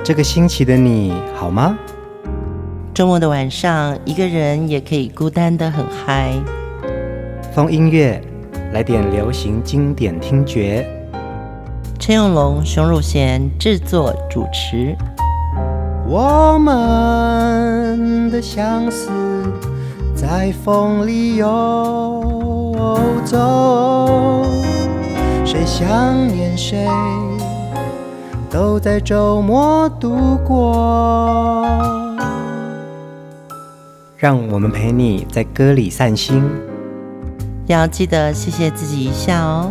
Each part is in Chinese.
这个星期的你好吗？ 周末的晚上，一个人也可以孤单得很嗨。 风音乐，来点流行经典听觉。 陈永龙、熊汝贤制作主持。 我们的相思在风里游走，谁想念谁，都在周末度过。让我们陪你在歌里散心， 要记得谢谢自己一下哦。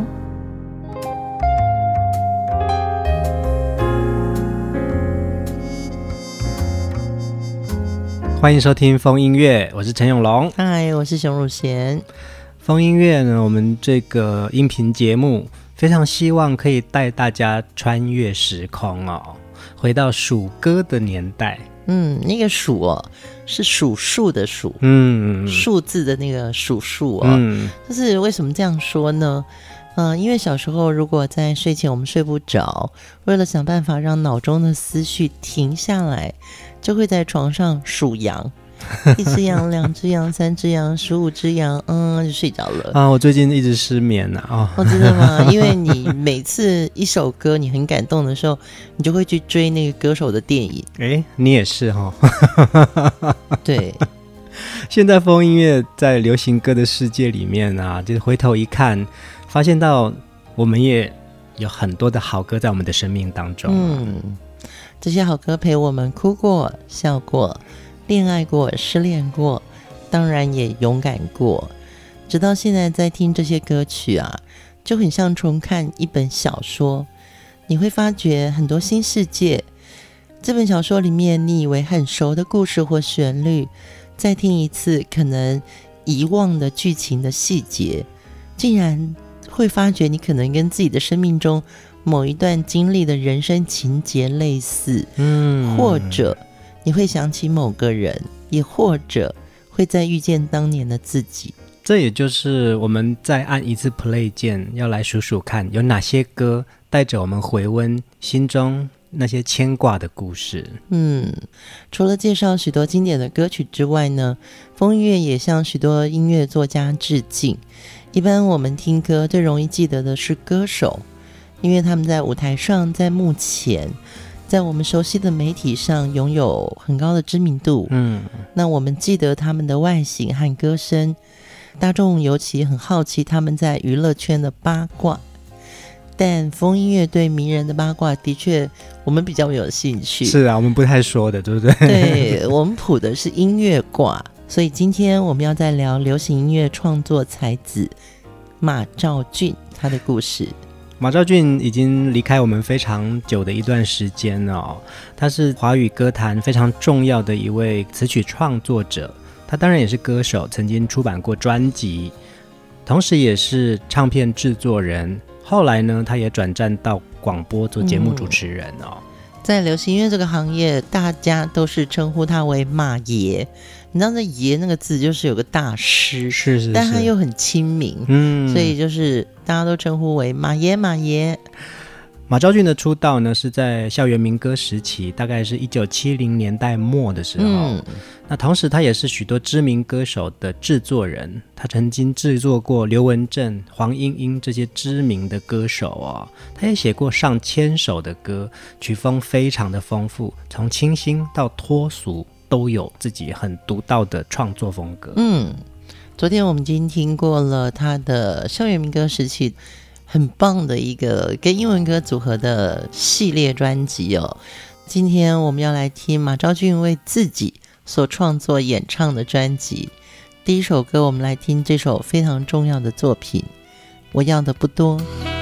欢迎收听风音乐，我是陈永龙。 嗨，我是熊汝贤。 风音乐呢，我们这个音频节目非常希望可以带大家穿越时空哦，回到数歌的年代。 那个数哦，是数数的数，数字的那个数数哦。就是为什么这样说呢？因为小时候如果在睡前我们睡不着，为了想办法让脑中的思绪停下来，就会在床上数羊。一只羊、两只羊、三只羊、15只羊，就睡着了啊！我最近一直失眠啊！ 真的吗？因为你每次一首歌你很感动的时候，你就会去追那个歌手的电影。 你也是哈？ 对。 现在风音乐在流行歌的世界里面啊，就是回头一看，发现到我们也有很多的好歌在我们的生命当中。 这些好歌陪我们哭过、笑过、恋爱过、失恋过，当然也勇敢过。直到现在在听这些歌曲啊，就很像重看一本小说，你会发觉很多新世界。这本小说里面你以为很熟的故事或旋律，再听一次可能遗忘的剧情的细节，竟然会发觉你可能跟自己的生命中某一段经历的人生情节类似，或者你会想起某个人，也或者会再遇见当年的自己。 这也就是我们再按一次 play 键，要来数数看有哪些歌带着我们回温心中那些牵挂的故事。 除了介绍许多经典的歌曲之外呢，风音乐也向许多音乐作家致敬。一般我们听歌最容易记得的是歌手，因为他们在舞台上，在幕前，在我们熟悉的媒体上拥有很高的知名度。那我们记得他们的外形和歌声，大众尤其很好奇他们在娱乐圈的八卦。但风音乐对名人的八卦的确我们比较有兴趣。 是啊，我们不太说的，对不对？ 对，我们谱的是音乐卦。所以今天我们要再聊流行音乐创作才子马兆骏他的故事。 马兆骏已经离开我们非常久的一段时间哦，他是华语歌坛非常重要的一位词曲创作者，他当然也是歌手，曾经出版过专辑，同时也是唱片制作人。后来呢，他也转战到广播做节目主持人哦。 在流行音乐这个行业，大家都是称呼他为马爷。你知道那爷那个字就是有个大师，是，但他又很亲民，所以就是大家都称呼为马爷马爷。马兆骏的出道呢是在校园民歌时期，大概是1970年代末的时候。那同时他也是许多知名歌手的制作人，他曾经制作过刘文正、黄莺莺这些知名的歌手哦。他也写过上千首的歌，曲风非常的丰富，从清新到脱俗都有自己很独到的创作风格。 昨天我们已经听过了他的校园民歌时期很棒的一个跟英文歌组合的系列专辑哦。今天我们要来听马兆骏为自己所创作演唱的专辑。第一首歌我们来听这首非常重要的作品，我要的不多。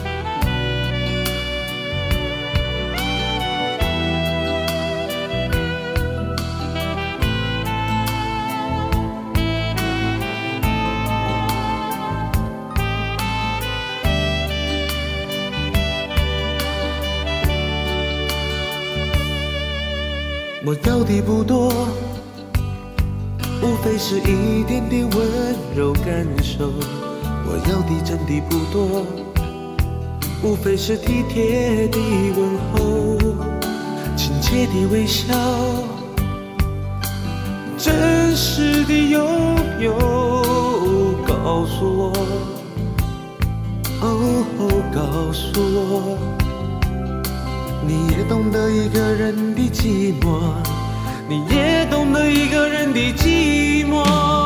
我要的不多，无非是一点点温柔感受。我要的真的不多，无非是体贴的问候，轻轻切的微笑，真实的拥有，告诉我，告诉我，你也懂得一个人的寂寞，你也懂得一个人的寂寞。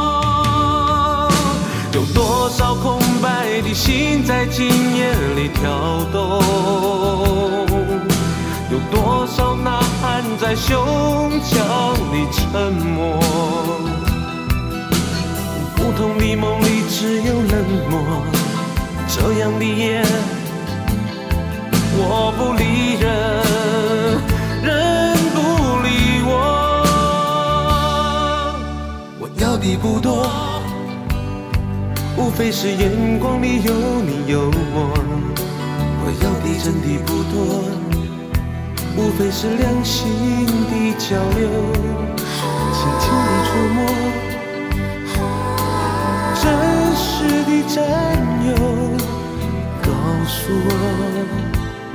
有多少空白的心在今夜里跳动，有多少呐喊在胸腔里沉默，不同的梦里只有冷漠，这样的夜我不理人，人不理我。我要的不多，无非是眼光里有你有我。我要的真的不多，无非是良心的交流，轻轻的触摸，真实的占有。告诉我，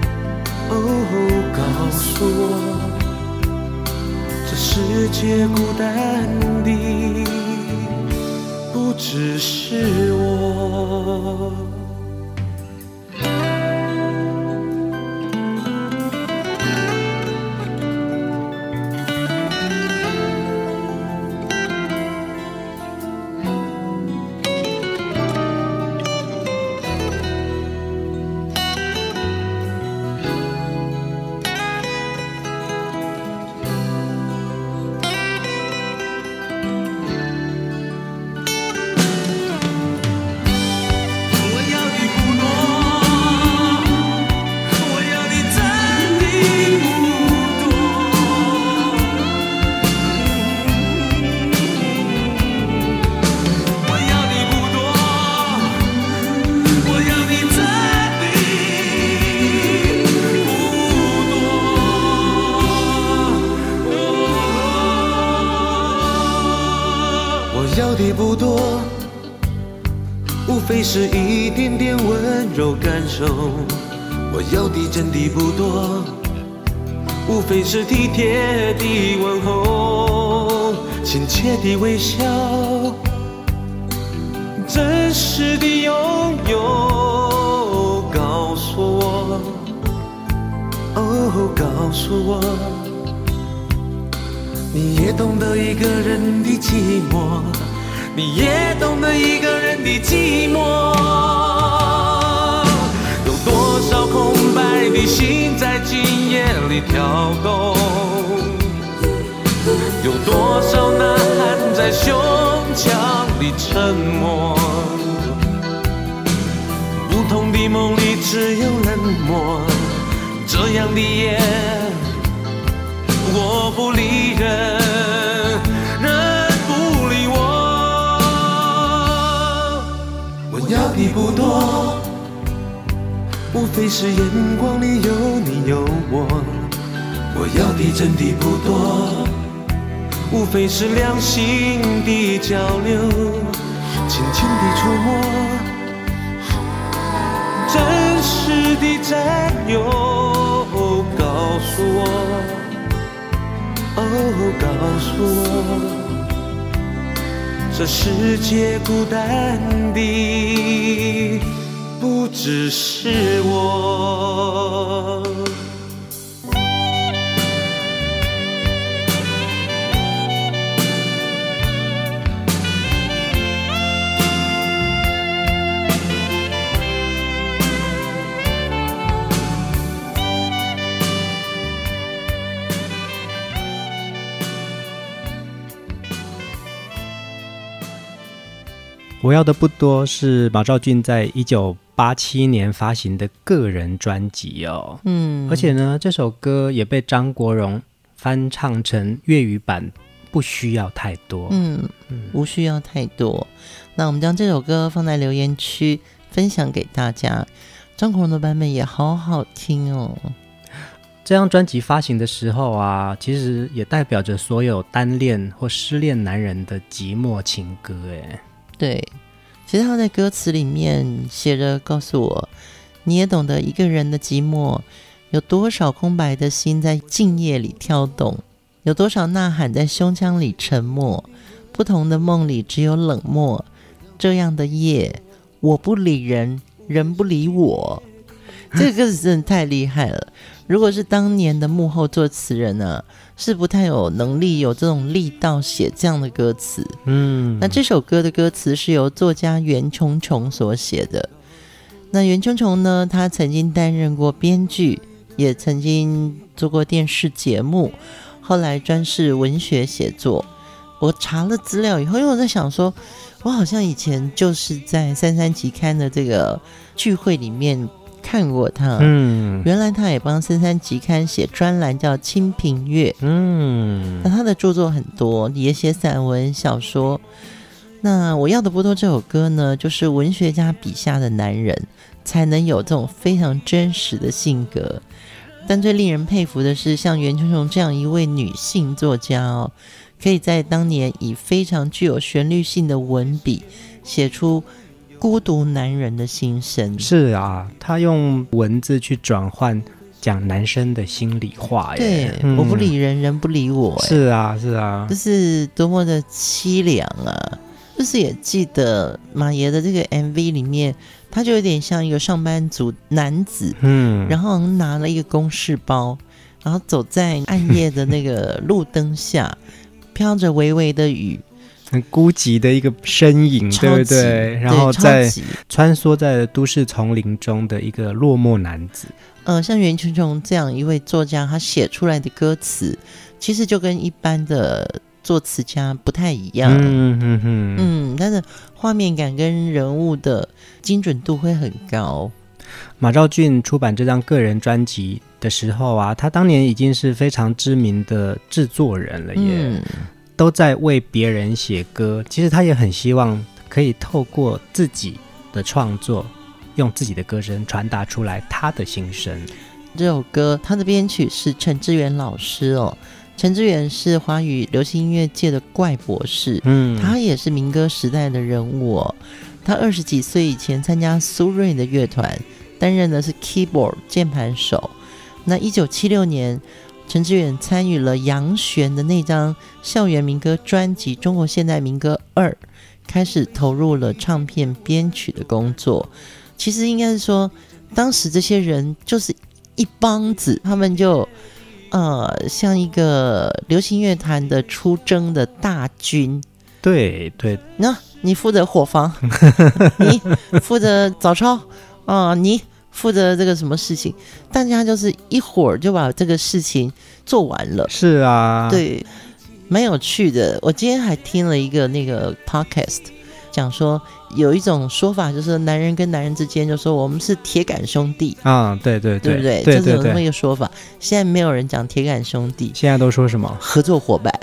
告诉我，这世界孤单的不只是我。不多，无非是一点点温柔感受。我要的真的不多，无非是体贴的问候，亲切的微笑，真实的拥有。告诉我，告诉我，你也懂得一个人的寂寞，你也懂得一个人的寂寞。有多少空白的心在今夜里跳动，有多少呐喊在胸腔里沉默，不同的梦里只有冷漠，这样的夜我不理人，要的不多，无非是眼光里有你有我。我要的真的不多，无非是良心的交流，轻轻的触摸，真实的占有。告诉我，告诉我，这世界孤单的不只是我。 我要的不多是马兆骏在1987年发行的个人专辑哦，而且呢，这首歌也被张国荣翻唱成粤语版，不需要太多， 无需要太多。那我们将这首歌放在留言区分享给大家，张国荣的版本也好好听哦。 这张专辑发行的时候啊，其实也代表着所有单恋或失恋男人的寂寞情歌耶。 对，其实他在歌词里面写着告诉我，你也懂得一个人的寂寞， 有多少空白的心在静夜里跳动，有多少呐喊在胸腔里沉默，不同的梦里只有冷漠。这样的夜，我不理人，人不理我。这个歌词真的太厉害了。如果是当年的幕后作词人啊，是不太有能力有这种力道写这样的歌词。那这首歌的歌词是由作家袁琼琼所写的。那袁琼琼呢，他曾经担任过编剧，也曾经做过电视节目，后来专是文学写作。我查了资料以后，因为我在想说，我好像以前就是在33期刊的这个聚会里面看过他。原来他也帮33期刊写专栏叫清平乐。那他的著作很多，也写散文小说。那我要的不多这首歌呢，就是文学家笔下的男人才能有这种非常真实的性格。但最令人佩服的是，像袁琼琼这样一位女性作家哦，可以在当年以非常具有旋律性的文笔写出孤独男人的心声。 是啊，他用文字去转换讲男生的心里话耶。 对，我不理人，人不理我。 是啊是啊， 这是多么的凄凉啊。就是也记得马爷的这个 MV 里面，他就有点像一个上班族男子，然后拿了一个公事包，然后走在暗夜的那个路灯下，飘着微微的雨， 很孤寂的一个身影，对不对？然后在穿梭在都市丛林中的一个落寞男子。 像袁琼琼这样一位作家，他写出来的歌词，其实就跟一般的作词家不太一样。但是画面感跟人物的精准度会很高。 马兆骏出版这张个人专辑的时候啊，他当年已经是非常知名的制作人了耶。都在为别人写歌，其实他也很希望可以透过自己的创作，用自己的歌声传达出来他的心声。 这首歌他的编曲是陈志远老师哦。陈志远是华语流行音乐界的怪博士，他也是民歌时代的人物哦。他20几岁以前参加苏芮的乐团，担任的是 keyboard 键盘手。那1976年，陈志远参与了杨旋的那张校园民歌专辑《中国现代民歌2》，开始投入了唱片编曲的工作。其实应该是说，当时这些人就是一帮子，他们就像一个流行乐坛的出征的大军。对对，那你负责伙房，你负责早操你负责这个什么事情，大家就是一会儿就把这个事情做完了。 是啊， 对，蛮有趣的。我今天还听了一个那个 podcast， 讲说有一种说法，就是男人跟男人之间就说我们是铁杆兄弟啊，对对对， 对不对？就是有这么一个说法。现在没有人讲铁杆兄弟， 现在都说什么合作伙伴。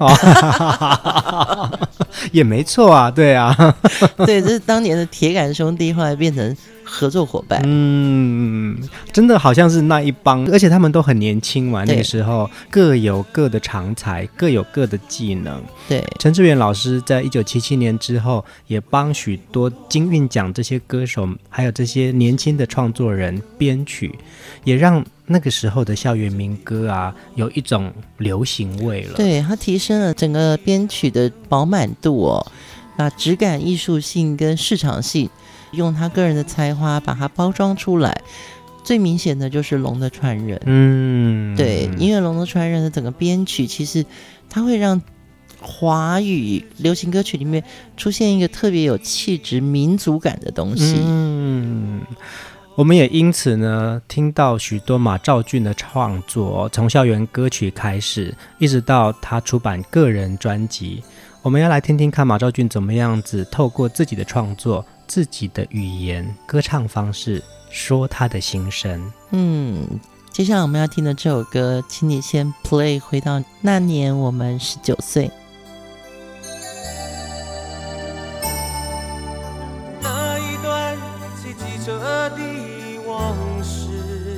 也没错啊，对啊， 对，这是当年的铁杆兄弟，后来变成合作伙伴。 真的好像是那一帮，而且他们都很年轻嘛，那个时候各有各的长才，各有各的技能。 对， 陈志远老师在1977年之后，也帮许多金韵奖这些歌手，还有这些年轻的创作人编曲，也让那个时候的校园民歌啊，有一种流行味了。 对，它提升了整个编曲的饱满度哦，把质感、艺术性跟市场性，用他个人的才华把它包装出来。最明显的就是《龙的传人》。对，因为《龙的传人》的整个编曲，其实它会让华语流行歌曲里面出现一个特别有气质、民族感的东西。 我们也因此呢，听到许多马兆骏的创作，从校园歌曲开始，一直到他出版个人专辑。我们要来听听看马兆骏怎么样子透过自己的创作、自己的语言、歌唱方式说他的心声。 接下来我们要听的这首歌，请你先 play 回到那年我们19岁。 那一段骑机车的往事，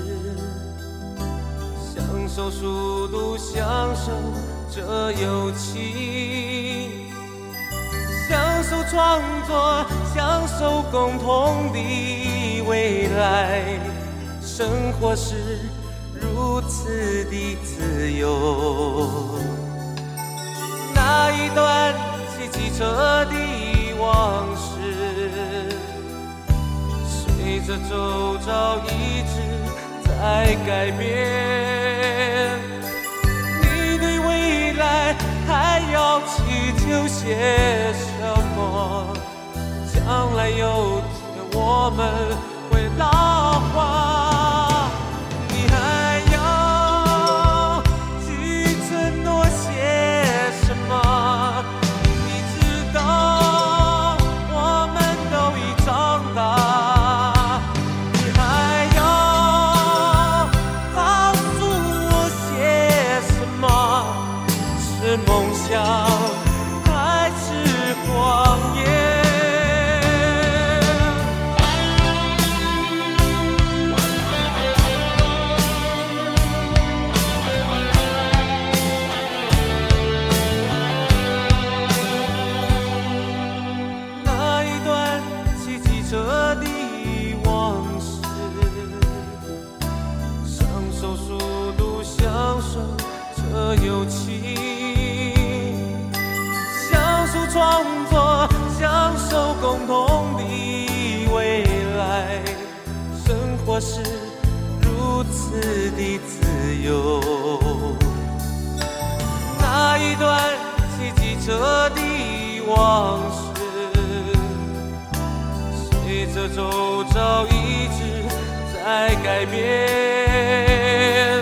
享受速度，享受这友情，享受创作，享受共同的未来。生活是如如此的自由。那一段骑机车的往事，随着周遭一直在改变。你对未来还要祈求些什么？将来有天我们会老化，你还要去承诺些什么？你知道我们都已长大，你还要告诉我些什么？是梦想还是谎言？友情，享受创作，享受共同的未来。生活是如此的自由。那一段骑机车的往事，随着周遭一直在改变。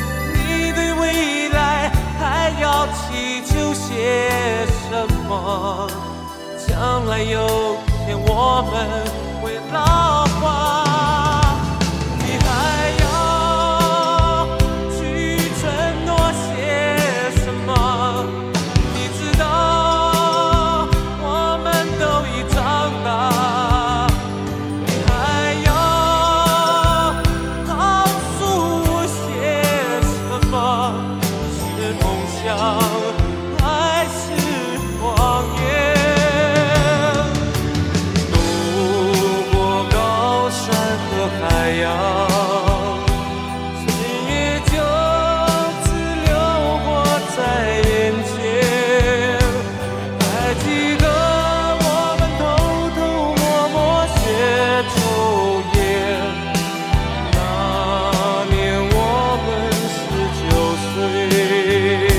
还要祈求些什么？将来有天我们会老化，你还要去承诺些什么？你知道我们都已长大，你还要告诉我些什么？还是谎言？渡过高山和海洋，岁月就此流过在眼前。还记得我们偷偷摸摸学抽烟，那年我们19岁。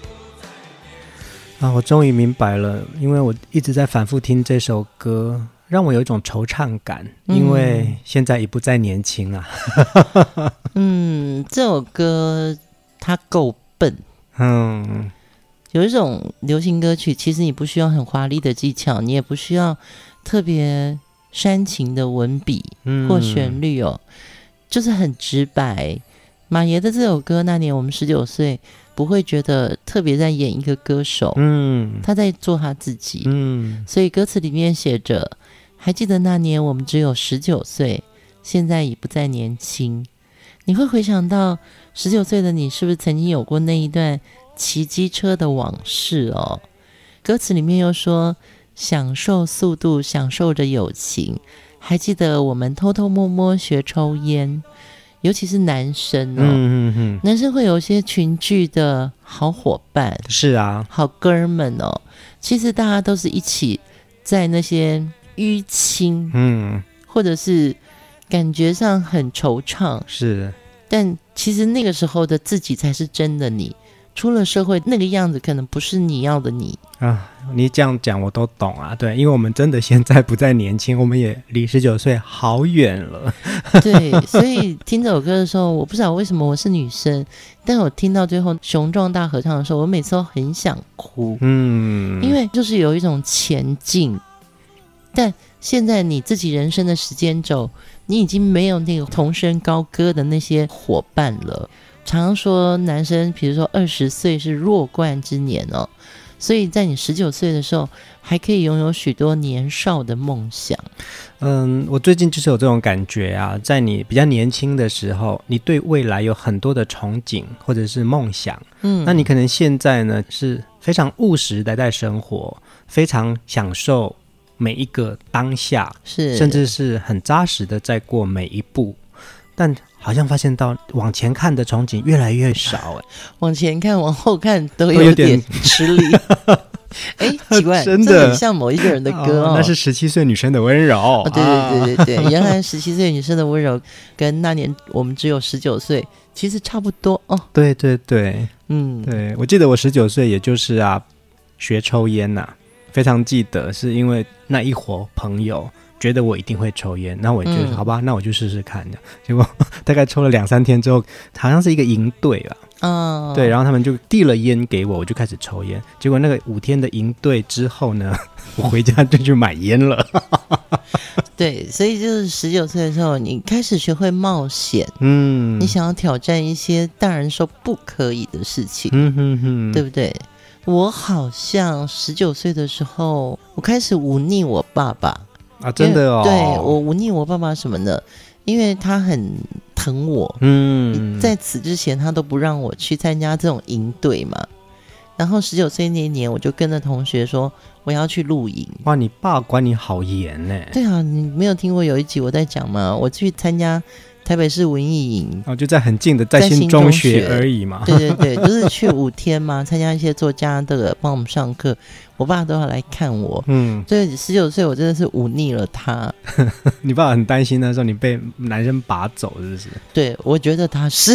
我终于明白了，因为我一直在反复听这首歌， 让我有一种惆怅感，因为现在已不再年轻啊。 这首歌它够笨。有一种流行歌曲，其实你不需要很华丽的技巧，你也不需要特别煽情的文笔或旋律哦，就是很直白。马爷的这首歌，那年我们19岁，不会觉得特别在演一个歌手，他在做他自己，所以歌词里面写着，还记得那年我们只有19岁，现在已不再年轻。你会回想到19岁的你，是不是曾经有过那一段骑机车的往事哦？歌词里面又说，享受速度，享受着友情，还记得我们偷偷摸摸学抽烟。尤其是男生哦，男生会有一些群聚的好伙伴， 是啊， 好哥们哦。其实大家都是一起在那些淤青，或者是感觉上很惆怅， 是， 但其实那个时候的自己才是真的你。出了社会，那个样子可能不是你要的你啊。你这样讲我都懂啊，对，因为我们真的现在不再年轻，我们也离19岁好远了。 对，所以听这首歌的时候，我不知道为什么我是女生，但我听到最后雄壮大合唱的时候，我每次都很想哭。因为就是有一种前进，但现在你自己人生的时间轴，你已经没有那个同声高歌的那些伙伴了。常常说男生比如说20岁是弱冠之年哦，所以在你19岁的时候还可以拥有许多年少的梦想。 我最近就是有这种感觉啊，在你比较年轻的时候，你对未来有很多的憧憬或者是梦想，那你可能现在呢是非常务实的在生活，非常享受每一个当下， 是甚至是很扎实的在过每一步，但好像发现到往前看的憧憬越来越少，往前看往后看都有点吃力。奇怪，真的很像某一个人的歌那是17岁女生的温柔。 对，原来17岁女生的温柔跟那年我们只有19岁其实差不多哦。 对，对，我记得我19岁也就是学抽烟非常记得，是因为那一伙朋友觉得我一定会抽烟，那我就好吧，那我就试试看的。结果大概抽了2-3天之后，好像是一个营队吧，对，然后他们就递了烟给我，我就开始抽烟。结果那个5天的营队之后呢，我回家就去买烟了。 对，所以就是19岁的时候，你开始学会冒险，你想要挑战一些大人说不可以的事情，对不对？我好像19岁的时候，我开始忤逆我爸爸。 真的哦？ 对，我忤逆我爸爸什么呢？因为他很疼我，在此之前他都不让我去参加这种营队嘛。然后19岁那一年，我就跟着同学说我要去露营。 哇，你爸管你好严呢。 对啊，你没有听过有一集我在讲吗？我去参加台北市文艺营， 就在很近的在新中学而已嘛。 对，就是去5天嘛，参加一些作家的帮我们上课，我爸都要来看我。所以19岁我真的是忤逆了他。 你爸很担心那时候你被男生拔走，是不是？ 对，我觉得他是。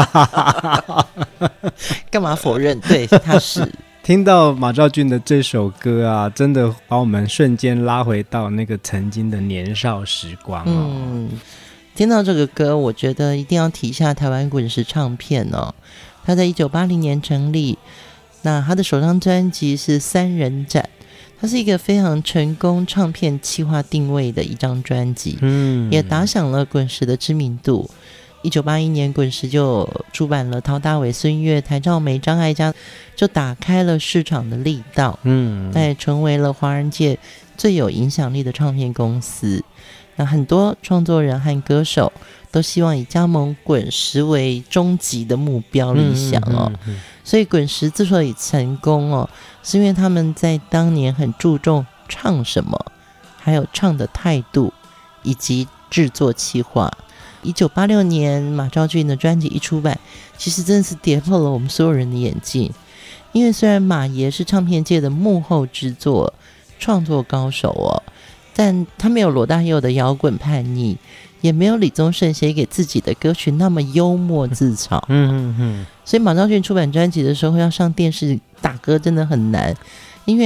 干嘛否认？对，他是。 听到马兆骏的这首歌真的把我们瞬间拉回到那个曾经的年少时光听到这个歌，我觉得一定要提一下台湾滚石唱片哦。他在1980年成立，那他的首张专辑是3人展，它是一个非常成功唱片企划定位的一张专辑，也打响了滚石的知名度。1981年滚石就出版了陶大伟、孙越、台兆美、张艾嘉，就打开了市场的力道，也成为了华人界最有影响力的唱片公司。那很多创作人和歌手都希望以加盟滚石为终极的目标理想所以滚石之所以成功是因为他们在当年很注重唱什么，还有唱的态度以及制作企划。1986年马兆骏的专辑一出版，其实真的是跌破了我们所有人的眼镜。因为虽然马爷是唱片界的幕后制作创作高手但他没有罗大佑的摇滚叛逆，也没有李宗盛写给自己的歌曲那么幽默自嘲。所以马兆骏出版专辑的时候要上电视打歌真的很难，因为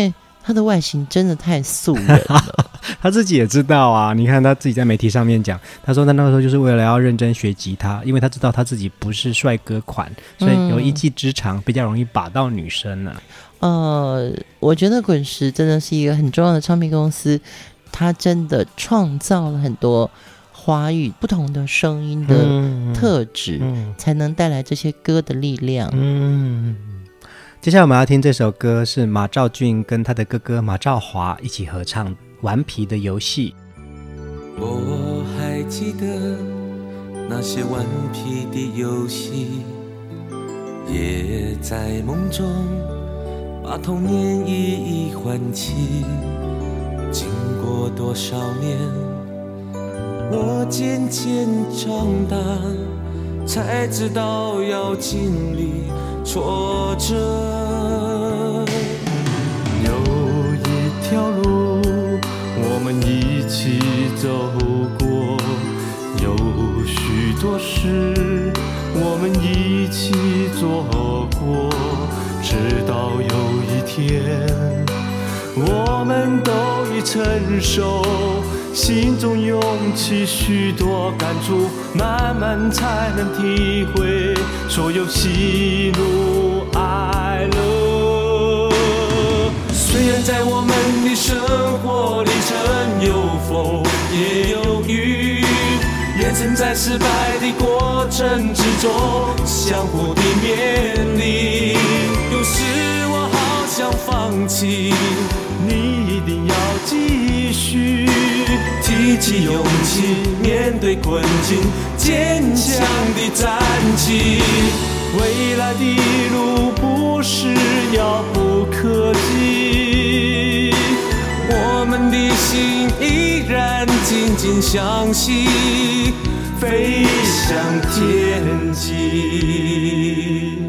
他的外形真的太素人了。 他自己也知道啊，你看他自己在媒体上面讲，他说他那个时候就是为了要认真学吉他，因为他知道他自己不是帅哥款，所以有一技之长，比较容易把到女生啊。 我觉得滚石真的是一个很重要的唱片公司，他真的创造了很多华语不同的声音的特质，才能带来这些歌的力量。 接下来我们要听这首歌是马兆骏跟他的哥哥马兆华一起合唱《顽皮的游戏》。 我还记得那些顽皮的游戏，也在梦中把童年一一唤起。经过多少年，我渐渐长大，才知道要经历挫折。有一条路我们一起走过，有许多事我们一起做过，直到有一天我们都已成熟，心中涌起许多感触，慢慢才能体会所有喜怒哀乐。虽然在我们的生活里曾有风也有雨，也曾在失败的过程之中相互的勉励。有时我好想放弃，你一定要继续，提起勇气面对困境，坚强地站起。未来的路不是遥不可及，我们的心依然紧紧相系，飞向天际。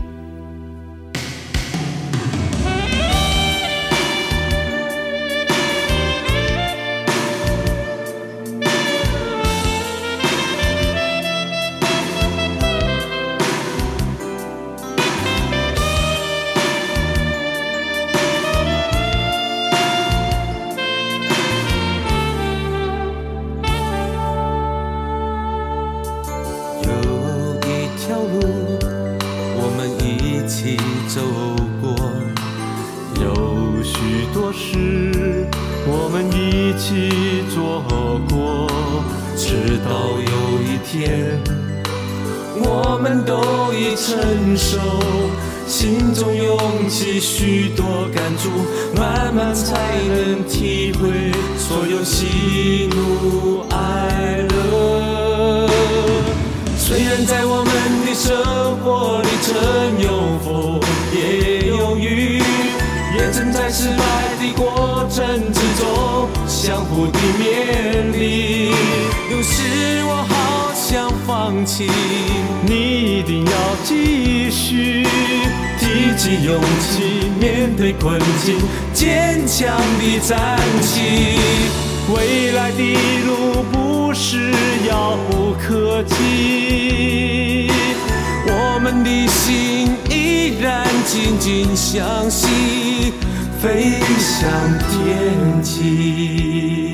我们都已成熟，心中涌起许多感触，慢慢才能体会所有喜怒哀乐。虽然在我们的生活里曾有风也有雨，也曾在失败的过程之中相互的勉励。有时我好想放弃，你一定要继续，提起勇气面对困境，坚强地站起。未来的路不是遥不可及，我们的心依然紧紧相系，飞向天际。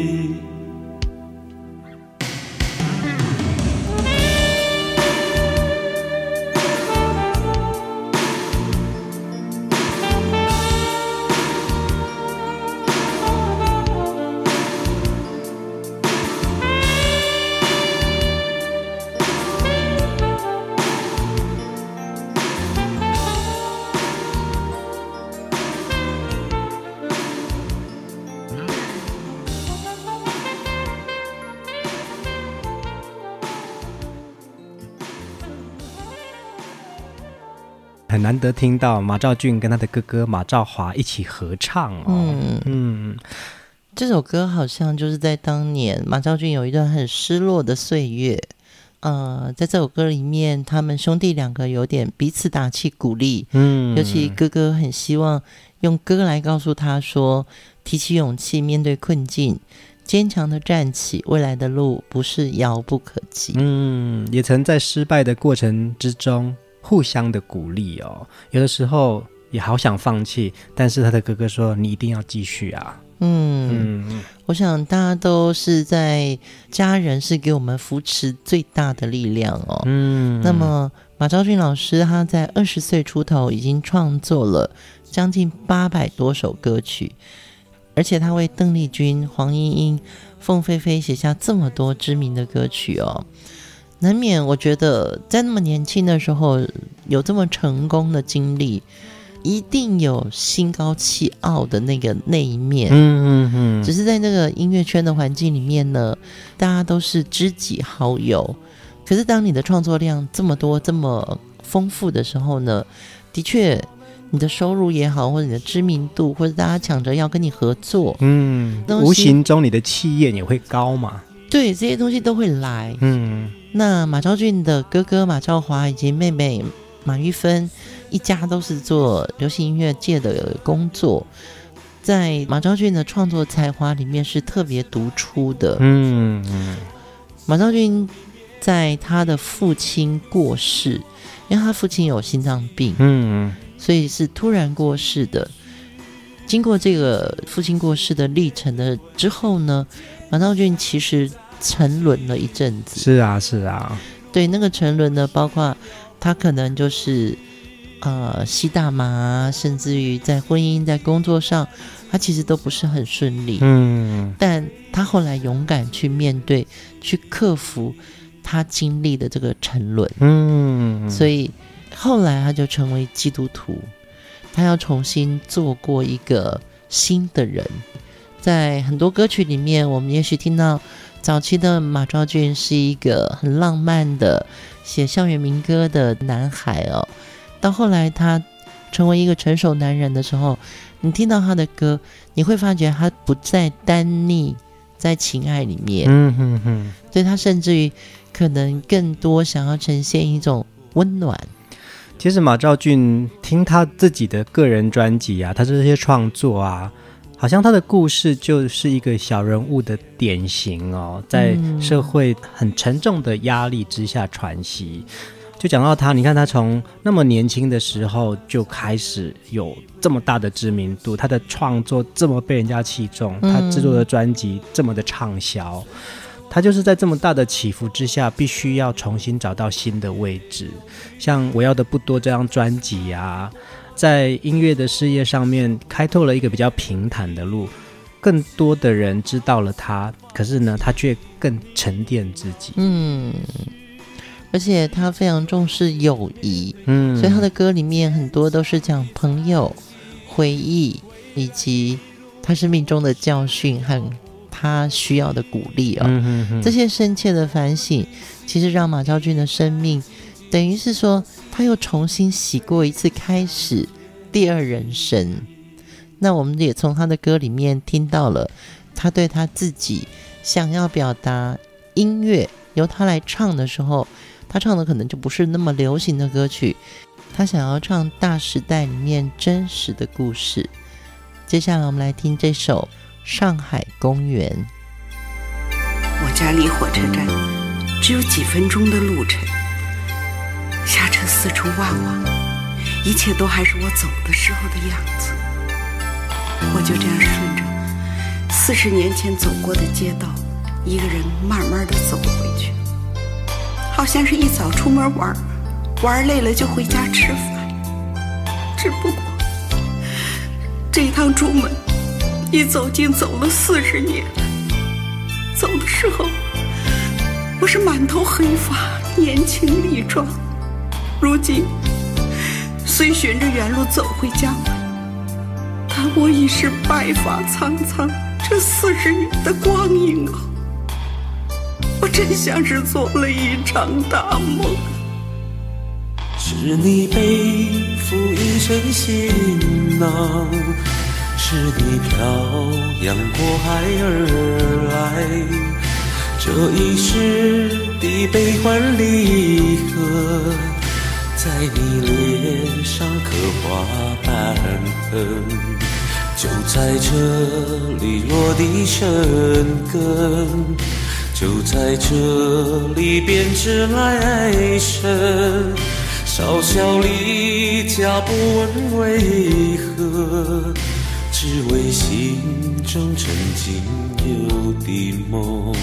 很难得听到马兆骏跟他的哥哥马兆华一起合唱哦。 这首歌好像就是在当年马兆骏有一段很失落的岁月，在这首歌里面他们兄弟两个有点彼此打气鼓励，尤其哥哥很希望用歌来告诉他说，提起勇气面对困境，坚强的站起，未来的路不是遥不可及。也曾在失败的过程之中互相的鼓励哦。有的时候也好想放弃，但是他的哥哥说你一定要继续啊。 我想大家都是在家人是给我们扶持最大的力量哦。那么马昭俊老师他在20岁出头已经创作了将近800多首歌曲，而且他为邓丽君、黄莺莺、凤飞飞写下这么多知名的歌曲哦，难免我觉得在那么年轻的时候有这么成功的经历，一定有心高气傲的那一面。只是在那个音乐圈的环境里面呢，大家都是知己好友，可是当你的创作量这么多这么丰富的时候呢，的确你的收入也好，或者你的知名度，或者大家抢着要跟你合作， 无形中你的气焰也会高嘛。 对，这些东西都会来。那马昭俊的哥哥马兆华以及妹妹马玉芬一家都是做流行音乐界的工作，在马昭俊的创作才华里面是特别突出的。马昭俊在他的父亲过世，因为他父亲有心脏病，所以是突然过世的。经过这个父亲过世的历程的之后呢，马昭俊其实沉沦了一阵子。 是啊， 对，那个沉沦呢，包括他可能就是吸大麻，甚至于在婚姻在工作上他其实都不是很顺利。但他后来勇敢去面对，去克服他经历的这个沉沦。所以后来他就成为基督徒，他要重新做过一个新的人。在很多歌曲里面，我们也许听到早期的马昭俊是一个很浪漫的写校园民歌的男孩哦，到后来他成为一个成熟男人的时候，你听到他的歌，你会发觉他不再单溺在情爱里面。所以他甚至于可能更多想要呈现一种温暖。 其实马昭俊听他自己的个人专辑啊，他这些创作啊，好像他的故事就是一个小人物的典型哦，在社会很沉重的压力之下喘息。就讲到他，你看他从那么年轻的时候就开始有这么大的知名度，他的创作这么被人家器重，他制作的专辑这么的畅销，他就是在这么大的起伏之下必须要重新找到新的位置。像我要的不多这张专辑啊，在音乐的事业上面开拓了一个比较平坦的路，更多的人知道了他，可是呢他却更沉淀自己。 而且他非常重视友谊，所以他的歌里面很多都是讲朋友、回忆，以及他生命中的教训和他需要的鼓励这些深切的反省，其实让马昭俊的生命等于是说他又重新洗过一次，开始第二人生。那我们也从他的歌里面听到了他对他自己想要表达音乐由他来唱的时候，他唱的可能就不是那么流行的歌曲，他想要唱大时代里面真实的故事。接下来我们来听这首上海公园。 我家离火车站只有几分钟的路程，下车四处望望，一切都还是我走的时候的样子。我就这样顺着40年前走过的街道，一个人慢慢地走回去，好像是一早出门玩累了就回家吃饭。只不过这一趟出门一走竟走了40年，走的时候我是满头黑发，年轻力壮，如今虽循着原路走回家门，但我已是白发苍苍。这40年的光阴啊，我真像是做了一场大梦。 是你背负一身行囊，是你漂洋过海而来，这一世的悲欢离合，在你脸上刻画斑痕，就在这里落地生根，就在这里编织来生。 少小离家不问为何，只为心中曾经有的梦。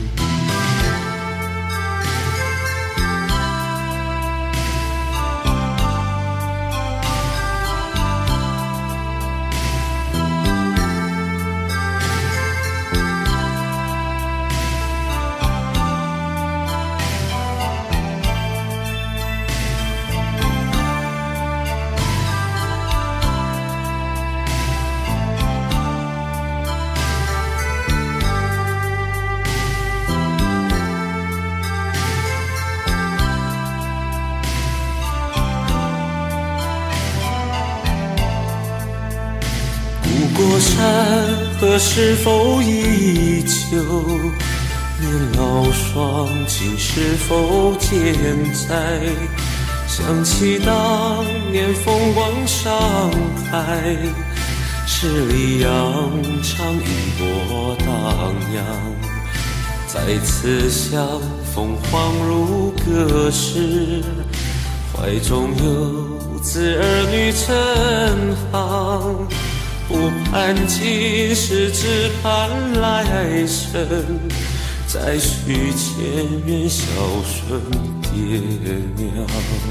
过山河是否依旧？年老霜尽是否健在？想起当年风光盛开，十里洋场烟波荡漾，再次相逢恍如隔世，怀中有子儿女成行。不盼今世，只盼来生，再续前缘，孝顺爹娘。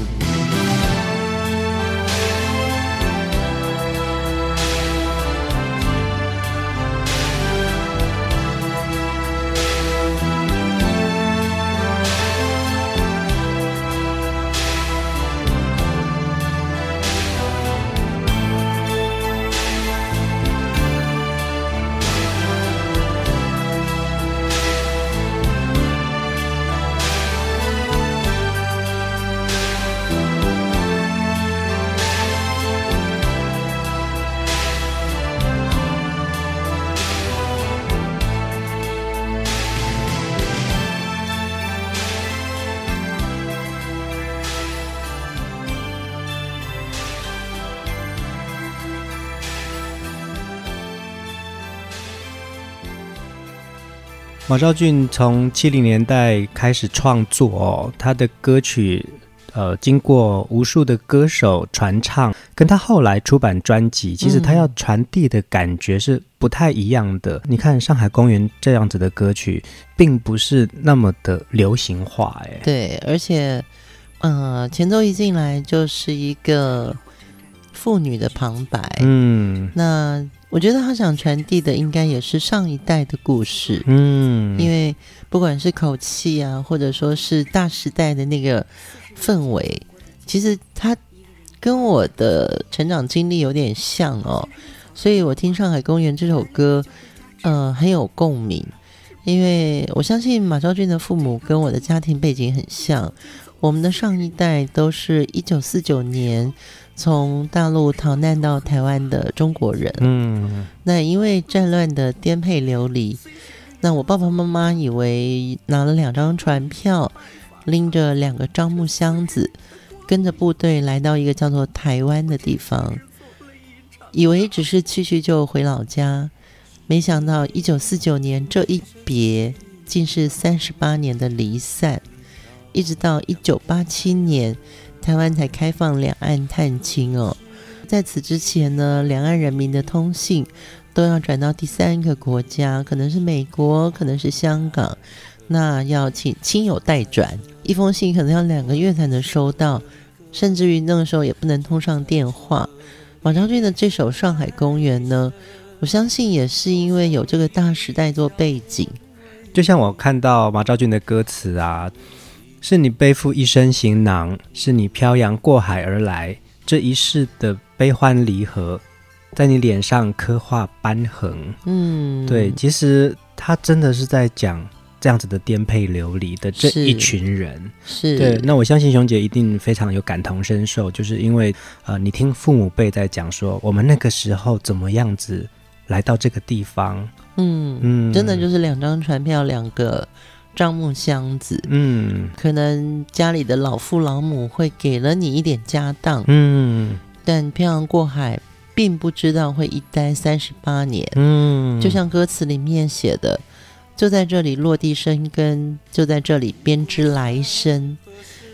马昭俊从70年代开始创作他的歌曲经过无数的歌手传唱，跟他后来出版专辑，其实他要传递的感觉是不太一样的。你看《上海公园》这样子的歌曲，并不是那么的流行化， 对，而且前奏一进来就是一个妇女的旁白，那我觉得他想传递的应该也是上一代的故事，因为不管是口气啊，或者说是大时代的那个氛围，其实他跟我的成长经历有点像哦，所以我听《上海公园》这首歌，很有共鸣，因为我相信马昭俊的父母跟我的家庭背景很像，我们的上一代都是1949年从大陆逃难到台湾的中国人，那因为战乱的颠沛流离，那我爸爸妈妈以为拿了2张船票，拎着2个樟木箱子，跟着部队来到一个叫做台湾的地方，以为只是去就回老家，没想到1949年这一别竟是38年的离散，一直到1987年台湾才开放两岸探亲哦。在此之前呢，两岸人民的通信都要转到第3个国家，可能是美国，可能是香港，那要请亲友代转，一封信可能要2个月才能收到，甚至于那个时候也不能通上电话。马昭俊的这首《上海公园》呢，我相信也是因为有这个大时代做背景。 就像我看到马昭俊的歌词啊，是你背负一身行囊，是你漂洋过海而来，这一世的悲欢离合在你脸上刻画斑痕。对，其实他真的是在讲这样子的颠沛流离的这一群人。 是， 对，那我相信熊姐一定非常有感同身受，就是因为你听父母辈在讲说我们那个时候怎么样子来到这个地方。 真的就是2张船票，2个樟木箱子，可能家里的老父老母会给了你一点家当，但漂洋过海并不知道会一待38年，就像歌词里面写的，就在这里落地生根，就在这里编织来生。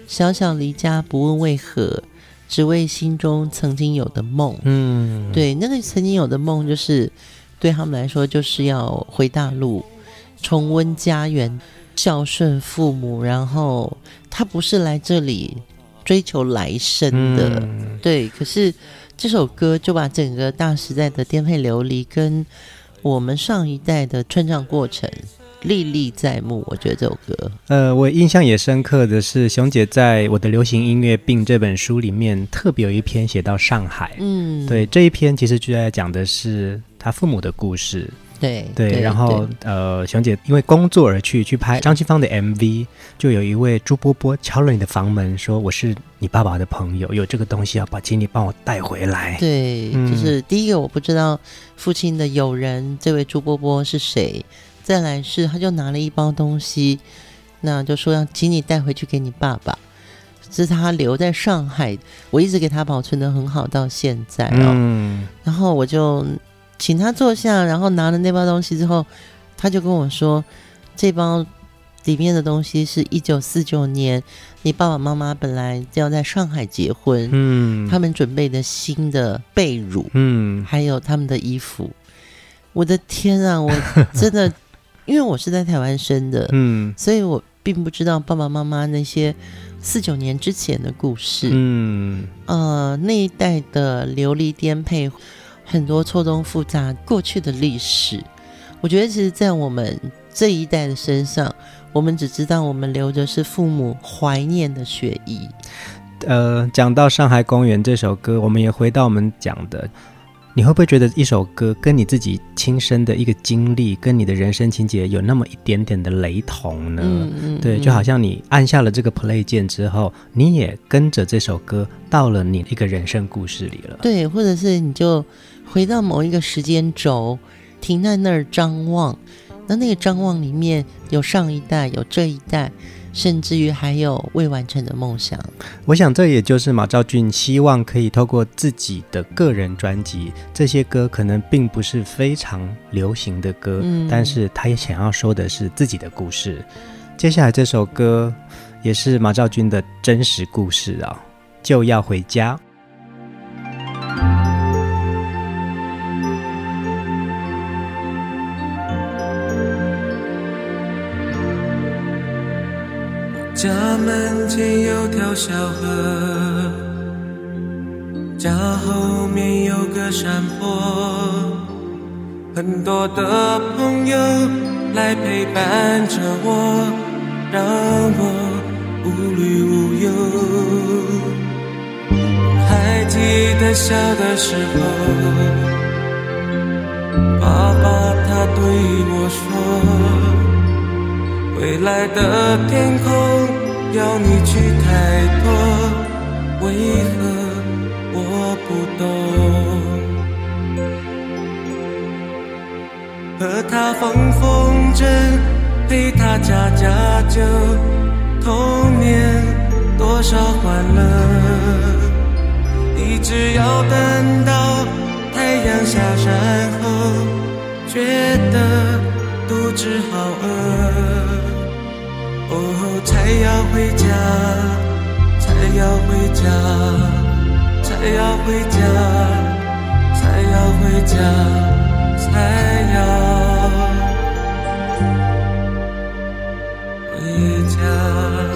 小小离家不问为何，只为心中曾经有的梦。对，那个曾经有的梦就是对他们来说就是要回大陆重温家园，孝顺父母，然后他不是来这里追求来生的。对，可是这首歌就把整个大时代的颠沛流离跟我们上一代的成长过程历历在目。我觉得这首歌我印象也深刻的是，熊姐在我的流行音乐病这本书里面特别有一篇写到上海。对，这一篇其实就在讲的是他父母的故事。对，然后熊姐因为工作而去拍张清芳的 MV， 就有一位朱波波敲了你的房门，说我是你爸爸的朋友，有这个东西请你帮我带回来。 对，就是第一个我不知道父亲的友人这位朱波波是谁，再来是他就拿了一包东西，那就说要请你带回去给你爸爸，这是他留在上海，我一直给他保存得很好到现在然后我就请他坐下，然后拿了那包东西之后，他就跟我说，这包里面的东西是1949年你爸爸妈妈本来要在上海结婚，他们准备的新的被褥，还有他们的衣服。我的天啊，我真的因为我是在台湾生的，所以我并不知道爸爸妈妈那些49年之前的故事。那一代的流离颠沛，很多错综复杂过去的历史，我觉得其实在我们这一代的身上，我们只知道我们流着是父母怀念的血液。 讲到上海公园这首歌，我们也回到我们讲的，你会不会觉得一首歌跟你自己亲身的一个经历跟你的人生情节有那么一点点的雷同呢？对，就好像你按下了这个 play 键之后，你也跟着这首歌到了你一个人生故事里了。 对，或者是你就回到某一个时间轴，停在那儿张望，那个张望里面有上一代，有这一代，甚至于还有未完成的梦想。 我想这也就是马兆骏希望可以透过自己的个人专辑，这些歌可能并不是非常流行的歌，但是他也想要说的是自己的故事。接下来这首歌也是马兆骏的真实故事就要回家。 家门前有条小河，家后面有个山坡，很多的朋友来陪伴着我，让我无虑无忧。还记得小的时候，爸爸他对我说，未来的天空要你去开拓，为何我不懂？和他放风筝，陪他家家酒，童年多少欢乐，一直要等到太阳下山后，觉得肚子好饿，才要回家，才要回家，才要回家，才要回家，才要回家。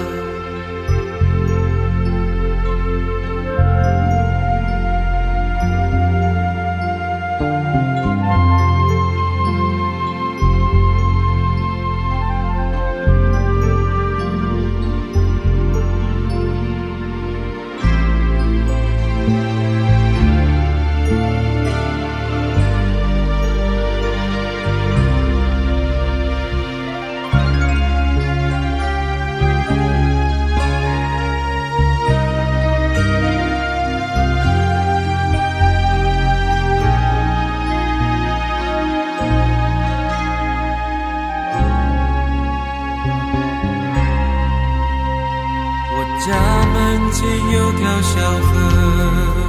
有条小河，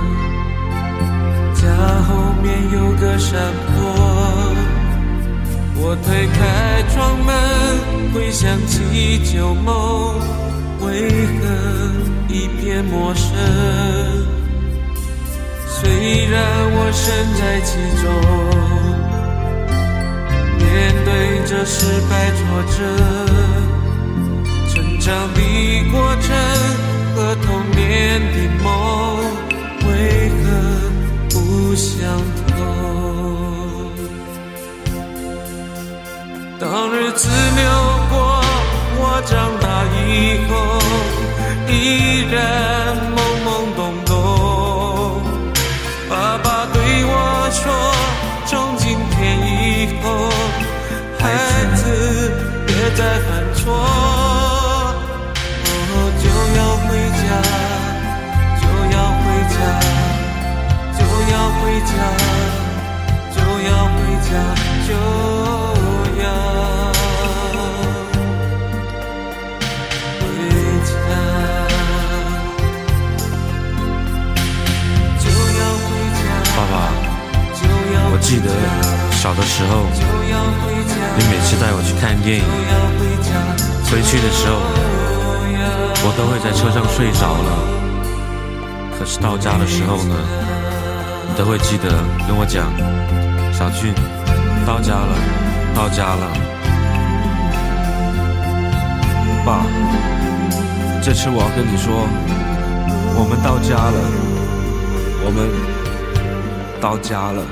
家后面有个山坡，我推开窗门，回想起旧梦，为何点陌生。虽然我身在其中，面对着失败挫折，成长的过程和童年的梦为何不相同？当日子流过，我长大以后依然懵懵懂懂。爸爸对我说，从今天以后，孩子别再犯错，就要回家，就要回家，就要回家，就要回家，就要回家，就要回家。 爸爸，我记得小的时候，你每次带我去看电影，回去的时候，我都会在车上睡着了。可是到家的时候呢，你都会记得跟我讲，小俊，到家了，到家了。爸，这次我要跟你说，我们到家了，我们到家了。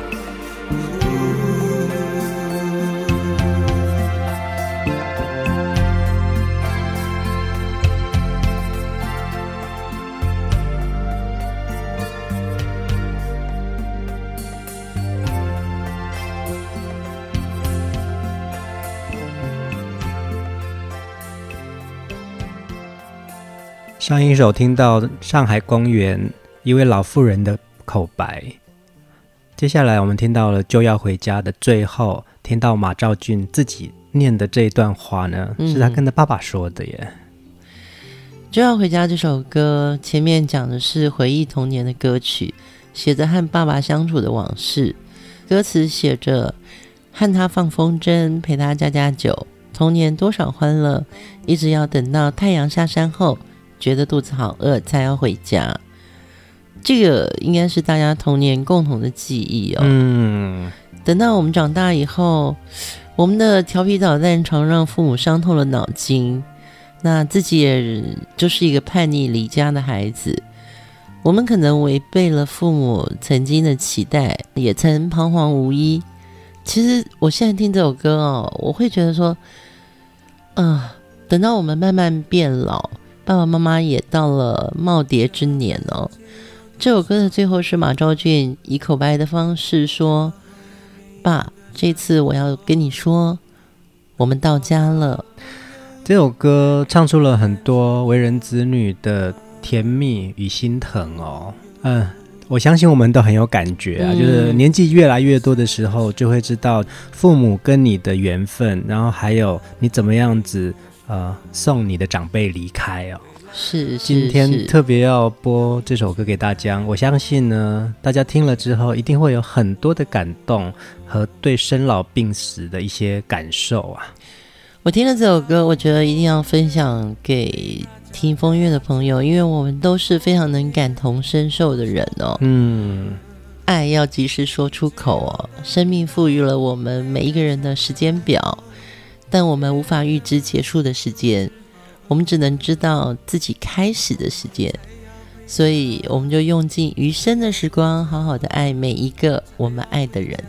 上一首听到上海公园一位老妇人的口白，接下来我们听到了就要回家的最后，听到马兆骏自己念的这一段话呢，是他跟他爸爸说的耶。 就要回家这首歌前面讲的是回忆童年的歌曲，写着和爸爸相处的往事，歌词写着和他放风筝，陪他加加酒，童年多少欢乐，一直要等到太阳下山后，觉得肚子好饿才要回家。这个应该是大家童年共同的记忆哦。等到我们长大以后，我们的调皮捣蛋常让父母伤透了脑筋，那自己也就是一个叛逆离家的孩子，我们可能违背了父母曾经的期待，也曾彷徨无依。其实我现在听这首歌哦，我会觉得说等到我们慢慢变老，爸爸妈妈也到了耄耋之年哦。这首歌的最后是马兆骏以口白的方式说，爸，这次我要跟你说，我们到家了。 这首歌唱出了很多为人子女的甜蜜与心疼哦。我相信我们都很有感觉啊，就是年纪越来越多的时候，就会知道父母跟你的缘分，然后还有你怎么样子送你的长辈离开哦。 是今天特别要播这首歌给大家，我相信呢，大家听了之后一定会有很多的感动和对生老病死的一些感受啊。 我听了这首歌，我觉得一定要分享给听风乐的朋友，因为我们都是非常能感同身受的人哦。爱要及时说出口哦。生命赋予了我们每一个人的时间表，但我们无法预知结束的时间，我们只能知道自己开始的时间，所以我们就用尽余生的时光，好好的爱每一个我们爱的人。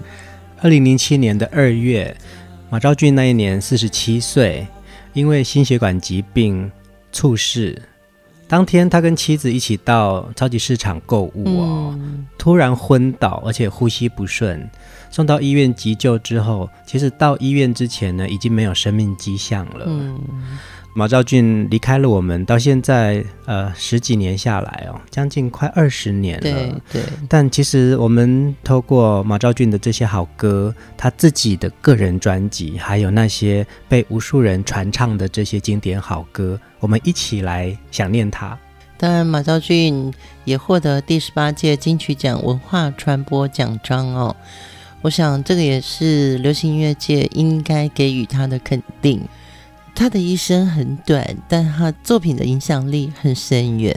2007年的2月，马兆骏那一年47岁，因为心血管疾病猝逝。当天他跟妻子一起到超级市场购物哦，突然昏倒，而且呼吸不顺，送到医院急救之后，其实到医院之前呢，已经没有生命迹象了。马兆骏离开了我们，到现在10几年下来哦，将近快20年了。 对。 但其实我们透过马兆骏的这些好歌，他自己的个人专辑，还有那些被无数人传唱的这些经典好歌，我们一起来想念他。 当然，马兆骏也获得第18届金曲奖文化传播奖章哦。我想这个也是流行音乐界应该给予他的肯定。 他的一生很短，但他作品的影响力很深远。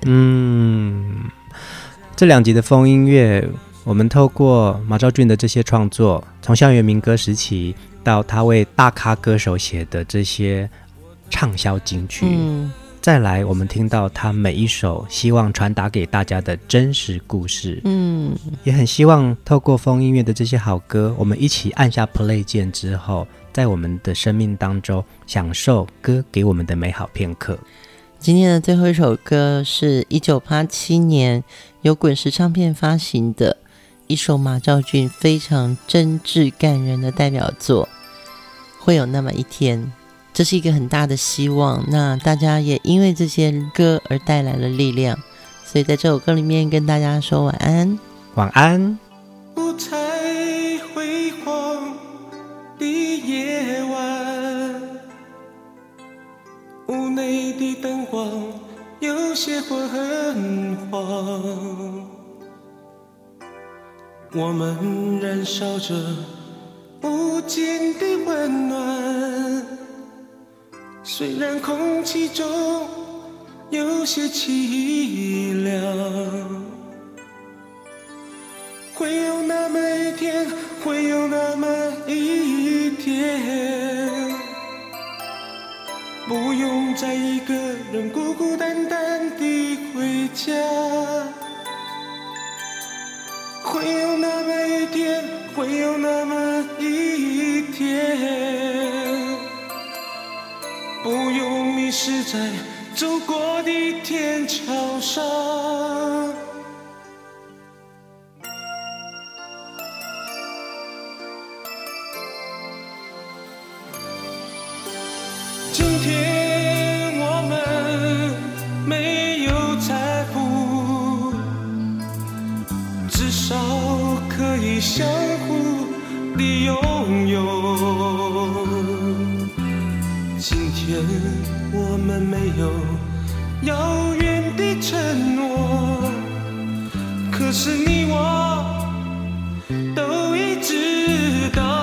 这2集的风音乐，我们透过马昭俊的这些创作，从校园民歌时期到他为大咖歌手写的这些畅销金曲，再来我们听到他每一首希望传达给大家的真实故事，也很希望透过风音乐的这些好歌，我们一起按下 play 键之后，在我们的生命当中享受歌给我们的美好片刻。 今天的最后一首歌是1987年由滚石唱片发行的一首马昭俊非常真挚感人的代表作，会有那么一天。这是一个很大的希望，那大家也因为这些歌而带来了力量，所以在这首歌里面跟大家说晚安。 晚安。 五彩辉煌的夜晚，屋内的灯光有些昏黄，我们燃烧着无尽的温暖，虽然空气中有些凄凉，会有那么一天，会有那么一天，不用再一个人孤孤单单地回家，会有那么一天，会有那么一天，不用迷失在走过的天桥上。今天我们没有财富，至少可以相互地拥有。今天我们没有遥远的承诺，可是你我都已知道。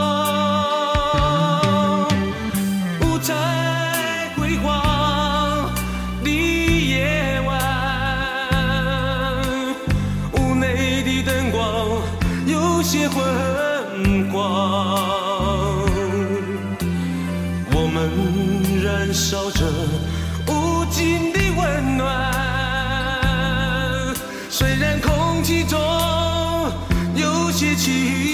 些昏黄，我们燃烧着无尽的温暖，虽然空气中有些凄